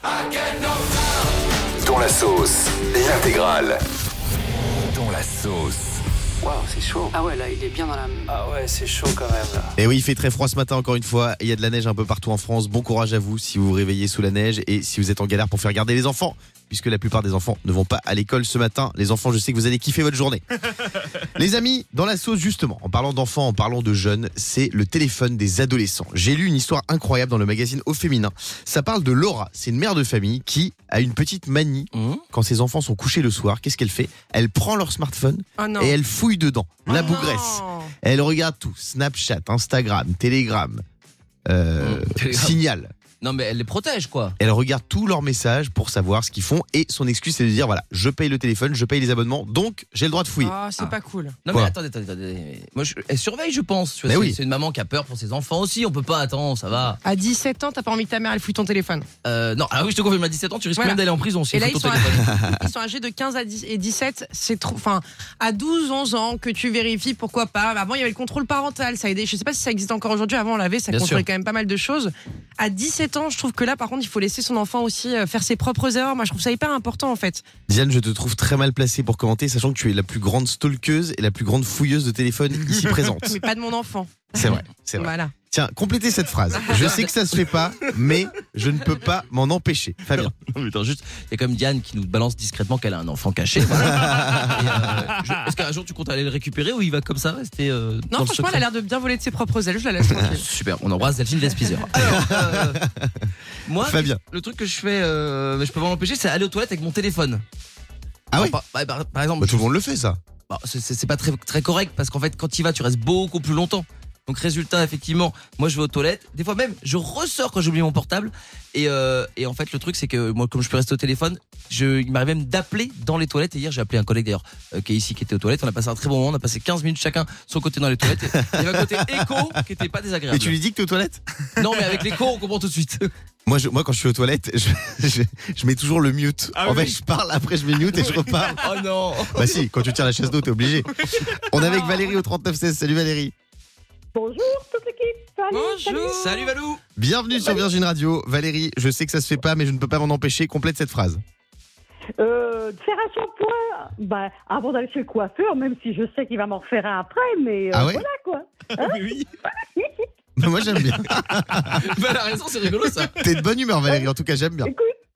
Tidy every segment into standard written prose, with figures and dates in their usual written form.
Dans la sauce, l'intégrale. Dans la sauce. Waouh, c'est chaud. Ah ouais, là, il est bien dans la... Ah ouais, c'est chaud quand même là. Et oui, il fait très froid ce matin encore une fois. Et il y a de la neige un peu partout en France. Bon courage à vous si vous vous réveillez sous la neige et si vous êtes en galère pour faire garder les enfants. Puisque la plupart des enfants ne vont pas à l'école ce matin. Les enfants, je sais que vous allez kiffer votre journée. Les amis, dans la sauce justement, en parlant d'enfants, en parlant de jeunes, c'est le téléphone des adolescents. J'ai lu une histoire incroyable dans le magazine Au Féminin. Ça parle de Laura, c'est une mère de famille qui a une petite manie. Quand ses enfants sont couchés le soir, qu'est-ce qu'elle fait ? Elle prend leur smartphone et elle fouille dedans, la bougresse. Elle regarde tout, Snapchat, Instagram, Telegram, Signal. Non mais elle les protège quoi. Elle regarde tous leurs messages pour savoir ce qu'ils font et son excuse c'est de dire voilà, je paye le téléphone, je paye les abonnements, donc j'ai le droit de fouiller. Ah, c'est pas cool. Non mais attendez. Moi elle surveille je pense. Tu vois, c'est une maman qui a peur pour ses enfants aussi, on peut pas attendre, ça va. À 17 ans, t'as pas envie que ta mère elle fouille ton téléphone. Non, ah oui, je te confirme à 17 ans, tu risques même d'aller en prison si et là ton téléphone. ils sont âgés de 15 à 10 et 17, c'est trop enfin à 12 11 ans que tu vérifies pourquoi pas. Avant il y avait le contrôle parental, ça a aidé. Je sais pas si ça existe encore aujourd'hui, avant on l'avait, ça contrôlait quand même pas mal de choses. À 17 ans, je trouve que là par contre, il faut laisser son enfant aussi faire ses propres erreurs. Moi, je trouve ça hyper important en fait. Diane, je te trouve très mal placée pour commenter, sachant que tu es la plus grande stalkeuse et la plus grande fouilleuse de téléphone ici présente. Mais pas de mon enfant. C'est vrai. Voilà. Tiens, complétez cette phrase. Je sais que ça se fait pas, mais je ne peux pas m'en empêcher. Fabien. Non, mais attends, juste, il y a comme Diane qui nous balance discrètement qu'elle a un enfant caché. Voilà. Est-ce qu'un jour tu comptes aller le récupérer ou il va comme ça rester Non, franchement, elle a l'air de bien voler de ses propres ailes. Je la laisse tranquille. Super, on embrasse Delphine Despizer. Alors, moi, Fabien. Le truc que je fais, je peux pas m'empêcher, c'est aller aux toilettes avec mon téléphone. Ah oui. Par exemple, Bah, tout le monde le fait ça. C'est pas très correct parce qu'en fait, quand tu y vas, tu restes beaucoup plus longtemps. Donc résultat, effectivement, moi je vais aux toilettes. Des fois même, je ressors quand j'oublie mon portable. Et en fait, le truc c'est que moi, comme je peux rester au téléphone, il m'arrive même d'appeler dans les toilettes. Et hier, j'ai appelé un collègue d'ailleurs qui est ici, qui était aux toilettes. On a passé un très bon moment. On a passé 15 minutes chacun son côté dans les toilettes. Et il y avait un côté écho qui était pas désagréable. Et tu lui dis que t'es aux toilettes ? Non, mais avec l'écho, on comprend tout de suite. Moi, quand je suis aux toilettes, je mets toujours le mute. En fait, je parle, après je mets mute et je reparle. Oh non. Bah si, quand tu tires la chasse d'eau, t'es obligé. On est avec Valérie au 3916. Salut Valérie. Bonjour toute l'équipe. Bonjour. Salut Valou. Bienvenue sur Virgin Radio. Valérie, je sais que ça se fait pas, mais je ne peux pas m'en empêcher. Complète cette phrase. De faire un shampoing, avant d'aller chez le coiffeur, même si je sais qu'il va m'en refaire un après, mais Ah ouais voilà quoi. Oui. Bah, moi j'aime bien. Bah, elle a raison, c'est rigolo ça. T'es de bonne humeur Valérie, en tout cas j'aime bien.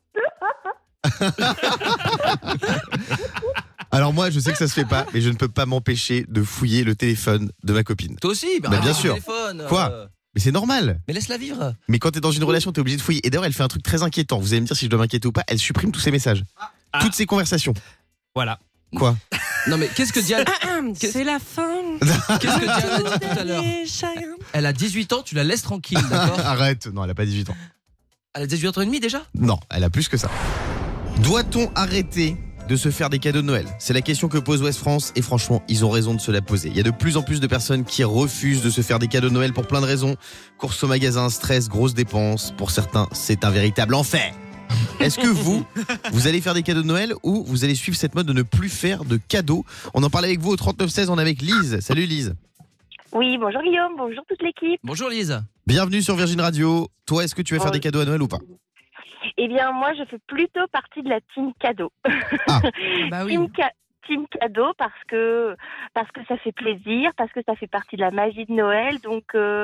Alors moi je sais que ça se fait pas, mais je ne peux pas m'empêcher de fouiller le téléphone de ma copine. Toi aussi, Bah, bien sûr. Téléphone, Quoi Mais c'est normal. Mais laisse-la vivre. Mais quand t'es dans une relation, t'es obligé de fouiller. Et d'ailleurs, elle fait un truc très inquiétant. Vous allez me dire si je dois m'inquiéter ou pas. Elle supprime tous ses messages. Toutes ses conversations. Voilà. Quoi ? Non mais qu'est-ce que Diane C'est la fin. Qu'est-ce que Diane a dit tout à l'heure ? Elle a 18 ans, tu la laisses tranquille, d'accord ? Arrête. Non, elle a pas 18 ans. Elle a 18 ans et demi déjà ? Non, elle a plus que ça. Doit-on arrêter de se faire des cadeaux de Noël ? C'est la question que pose Ouest France et franchement, ils ont raison de se la poser. Il y a de plus en plus de personnes qui refusent de se faire des cadeaux de Noël pour plein de raisons. Courses au magasin, stress, grosses dépenses. Pour certains, c'est un véritable enfer. Est-ce que vous allez faire des cadeaux de Noël ou vous allez suivre cette mode de ne plus faire de cadeaux ? On en parle avec vous au 3916, on est avec Lise. Salut Lise. Oui, bonjour Guillaume, bonjour toute l'équipe. Bonjour Lise. Bienvenue sur Virgin Radio. Toi, est-ce que tu vas faire des cadeaux à Noël ou pas ? Eh bien, moi, je fais plutôt partie de la team cadeau. Ah. Bah oui. Team cadeau parce que ça fait plaisir, parce que ça fait partie de la magie de Noël. Donc,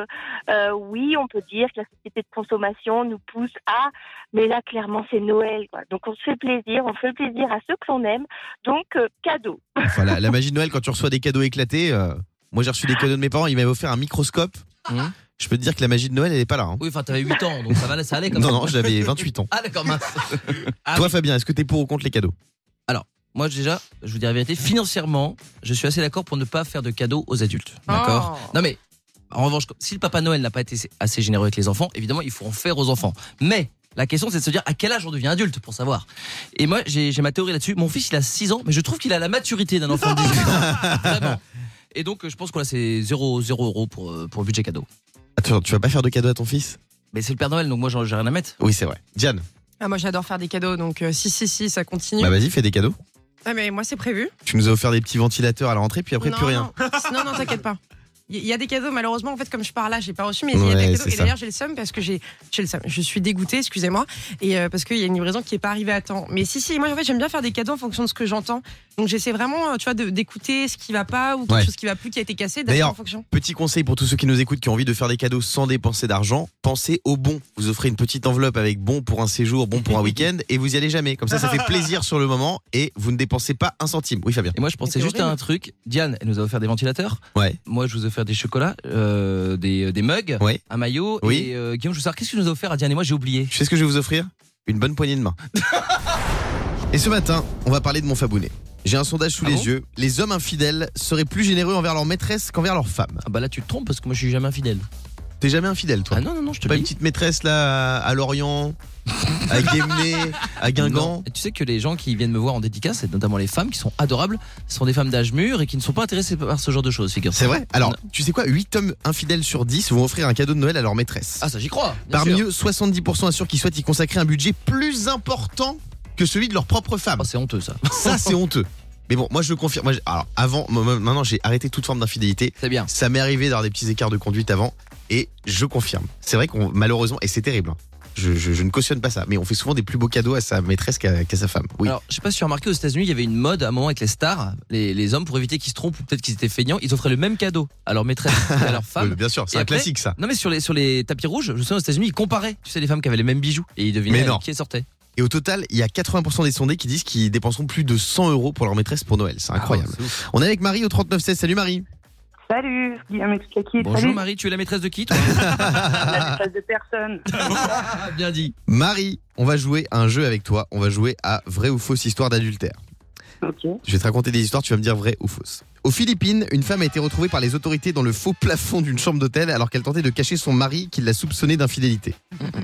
oui, on peut dire que la société de consommation nous pousse à... Mais là, clairement, c'est Noël, quoi. Donc, on se fait plaisir, on fait plaisir à ceux que l'on aime. Donc, cadeau. Voilà, la magie de Noël, quand tu reçois des cadeaux éclatés... Moi, j'ai reçu des cadeaux de mes parents. Ils m'avaient offert un microscope. Je peux te dire que la magie de Noël, elle est pas là. Hein. Oui, enfin, t'avais 8 ans, donc ça allait comme ça. Non, j'avais 28 ans. Ah, d'accord, mince. Toi, Fabien, est-ce que t'es pour ou contre les cadeaux ? Alors, moi, déjà, je vous dis la vérité, financièrement, je suis assez d'accord pour ne pas faire de cadeaux aux adultes. D'accord ? Non, mais, en revanche, si le Papa Noël n'a pas été assez généreux avec les enfants, évidemment, il faut en faire aux enfants. Mais, la question, c'est de se dire à quel âge on devient adulte pour savoir. Et moi, j'ai ma théorie là-dessus. Mon fils, il a 6 ans, mais je trouve qu'il a la maturité d'un enfant de 18 ans. Vraiment. Et donc, je pense que là, c'est 0 € pour le budget cadeau. Attends, tu vas pas faire de cadeau à ton fils ? Mais c'est le Père Noël, donc moi, j'ai rien à mettre. Oui, c'est vrai. Diane ? Moi j'adore faire des cadeaux, donc si, ça continue. Bah vas-y, fais des cadeaux. Ah mais moi c'est prévu. Tu nous as offert des petits ventilateurs à la rentrée, puis après plus rien. Non, t'inquiète pas. il y a des cadeaux, malheureusement, en fait, comme je pars là, j'ai pas reçu, mais il y a Ouais, des cadeaux. c'est Et ça. d'ailleurs, j'ai le seum parce que j'ai le seum. Je suis dégoûtée, excusez-moi, et parce qu'il y a une livraison qui est pas arrivée à temps. Mais si, moi, en fait, j'aime bien faire des cadeaux en fonction de ce que j'entends. Donc, j'essaie vraiment, tu vois, d'écouter ce qui va pas ou quelque chose qui va plus, qui a été cassé, d'acheter D'ailleurs, en fonction. petit conseil pour tous ceux qui nous écoutent, qui ont envie de faire des cadeaux sans dépenser d'argent, pensez au bon. Vous offrez une petite enveloppe avec bon pour un séjour, bon pour un week-end, et vous y allez jamais. Comme ça fait plaisir sur le moment et vous ne dépensez pas un centime. Oui, Fabien. Et moi, je pensais c'est juste à horrible. un truc. Diane, elle nous a offert des ventilateurs. Ouais. Moi, je vous ai offert des chocolats, des mugs, Ouais. un maillot. Oui. Et Guillaume, je veux savoir, qu'est-ce que tu nous as offert à Diane et moi, j'ai oublié. Je sais ce que je vais vous offrir ? Une bonne poignée de main. Et ce matin, on va parler de mon Fabounet. J'ai un sondage sous Ah les bon yeux. Les hommes infidèles seraient plus généreux envers leur maîtresse qu'envers leur femme. Ah bah là, tu te trompes parce que moi, je suis jamais infidèle. T'es jamais infidèle, toi ? Ah non, je te Pas le une dis. petite maîtresse là à Lorient, à Guémené, à Guingamp. Non. Et tu sais que les gens qui viennent me voir en dédicace, et notamment les femmes qui sont adorables, sont des femmes d'âge mûr et qui ne sont pas intéressées par ce genre de choses, figure-toi. C'est vrai ? Alors, Non. tu sais quoi ? 8 hommes infidèles sur 10 vont offrir un cadeau de Noël à leur maîtresse. Ah, ça, j'y crois. bien Parmi sûr. eux, 70% assurent qu'ils souhaitent y consacrer un budget plus important que celui de leur propre femme. Oh, c'est honteux, ça. Ça, c'est honteux. Mais bon, moi je confirme. Alors, maintenant, j'ai arrêté toute forme d'infidélité. C'est bien. Ça m'est arrivé d'avoir des petits écarts de conduite avant, et je confirme. C'est vrai qu'on malheureusement, et c'est terrible. Hein, je ne cautionne pas ça, mais on fait souvent des plus beaux cadeaux à sa maîtresse qu'à sa femme. Oui. Alors, je sais pas si tu as remarqué, aux États-Unis, il y avait une mode à un moment avec les stars, les hommes, pour éviter qu'ils se trompent ou peut-être qu'ils étaient feignants, ils offraient le même cadeau à leur maîtresse et à leur femme. Bien sûr, c'est Et un après- classique ça. Non, mais sur les tapis rouges, je me souviens aux États-Unis, ils comparaient, tu sais, les femmes qui avaient les mêmes bijoux et ils devinaient Mais non. qui sortait. Et au total, il y a 80% des sondés qui disent qu'ils dépenseront plus de 100 € pour leur maîtresse pour Noël. C'est incroyable. Ah, c'est ouf. On est avec Marie au 3916. Salut Marie. Salut, Guillaume Kaki. Bonjour Salut, Marie, tu es la maîtresse de qui, toi? la maîtresse de personne. Ah, bien dit. Marie, on va jouer à un jeu avec toi. On va jouer à vrai ou fausse histoire d'adultère. Ok. Je vais te raconter des histoires, tu vas me dire vrai ou fausse. Aux Philippines, une femme a été retrouvée par les autorités dans le faux plafond d'une chambre d'hôtel alors qu'elle tentait de cacher son mari qui l'a soupçonné d'infidélité.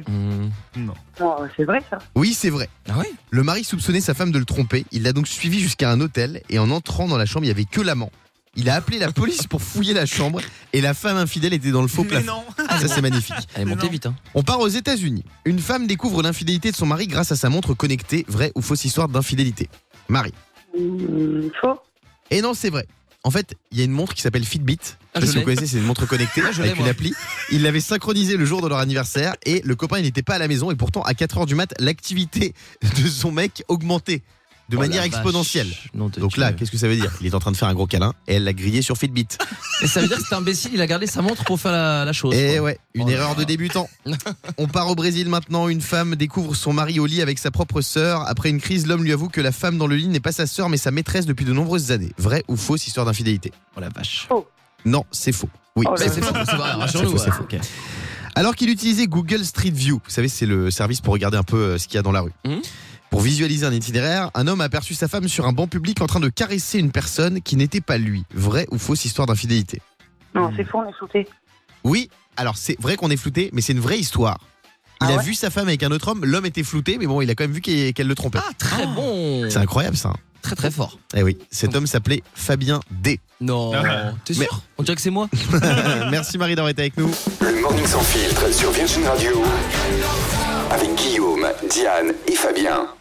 Non, c'est vrai ça. Oui, c'est vrai. Ah ouais? Le mari soupçonnait sa femme de le tromper. Il l'a donc suivi jusqu'à un hôtel et en entrant dans la chambre, il n'y avait que l'amant. Il a appelé la police pour fouiller la chambre et la femme infidèle était dans le faux plafond. Ça, c'est magnifique. Elle est montée vite, hein. On part aux États-Unis. Une femme découvre l'infidélité de son mari grâce à sa montre connectée. Vraie ou fausse histoire d'infidélité? Marie. Faux. Et non, c'est vrai. En fait, il y a une montre qui s'appelle Fitbit. Ah, Je sais pas je si vous l'ai. connaissez, c'est une montre connectée Ah, je l'ai, avec une moi. appli. Il l'avait synchronisée le jour de leur anniversaire et le copain il n'était pas à la maison et pourtant à 4h du mat, l'activité de son mec augmentait de Oh, manière la vache. exponentielle. Nom de Donc Dieu. là, qu'est-ce que ça veut dire? Il est en train de faire un gros câlin et elle l'a grillé sur Fitbit. Et ça veut dire que cet imbécile, il a gardé sa montre pour faire la chose. Et quoi. ouais, une Oh là erreur là. de débutant. On part au Brésil maintenant. Une femme découvre son mari au lit avec sa propre sœur. Après une crise, l'homme lui avoue que la femme dans le lit n'est pas sa sœur mais sa maîtresse depuis de nombreuses années. Vrai ou fausse histoire d'infidélité? Oh la vache. Non, c'est faux. Oui, Oh là Mais là. c'est faux, c'est vrai, rassure-nous. C'est faux, ouais. Ok. Alors qu'il utilisait Google Street View, vous savez, c'est le service pour regarder un peu ce qu'il y a dans la rue. Mhm. Pour visualiser un itinéraire, un homme a aperçu sa femme sur un banc public en train de caresser une personne qui n'était pas lui. Vrai ou fausse histoire d'infidélité? Non, c'est faux, on est sauté. Oui, alors c'est vrai qu'on est flouté, mais c'est une vraie histoire. Il Ah a ouais vu sa femme avec un autre homme, l'homme était flouté, mais bon, il a quand même vu qu'elle le trompait. Ah, très bon. C'est incroyable ça. Très très fort. Eh oui, cet homme s'appelait Fabien D. Non. T'es Mais- sûr? On dirait que c'est moi. Merci Marie d'avoir été avec nous. Le Morning Sans Filtre sur Virgin Radio avec Guillaume, Diane et Fabien.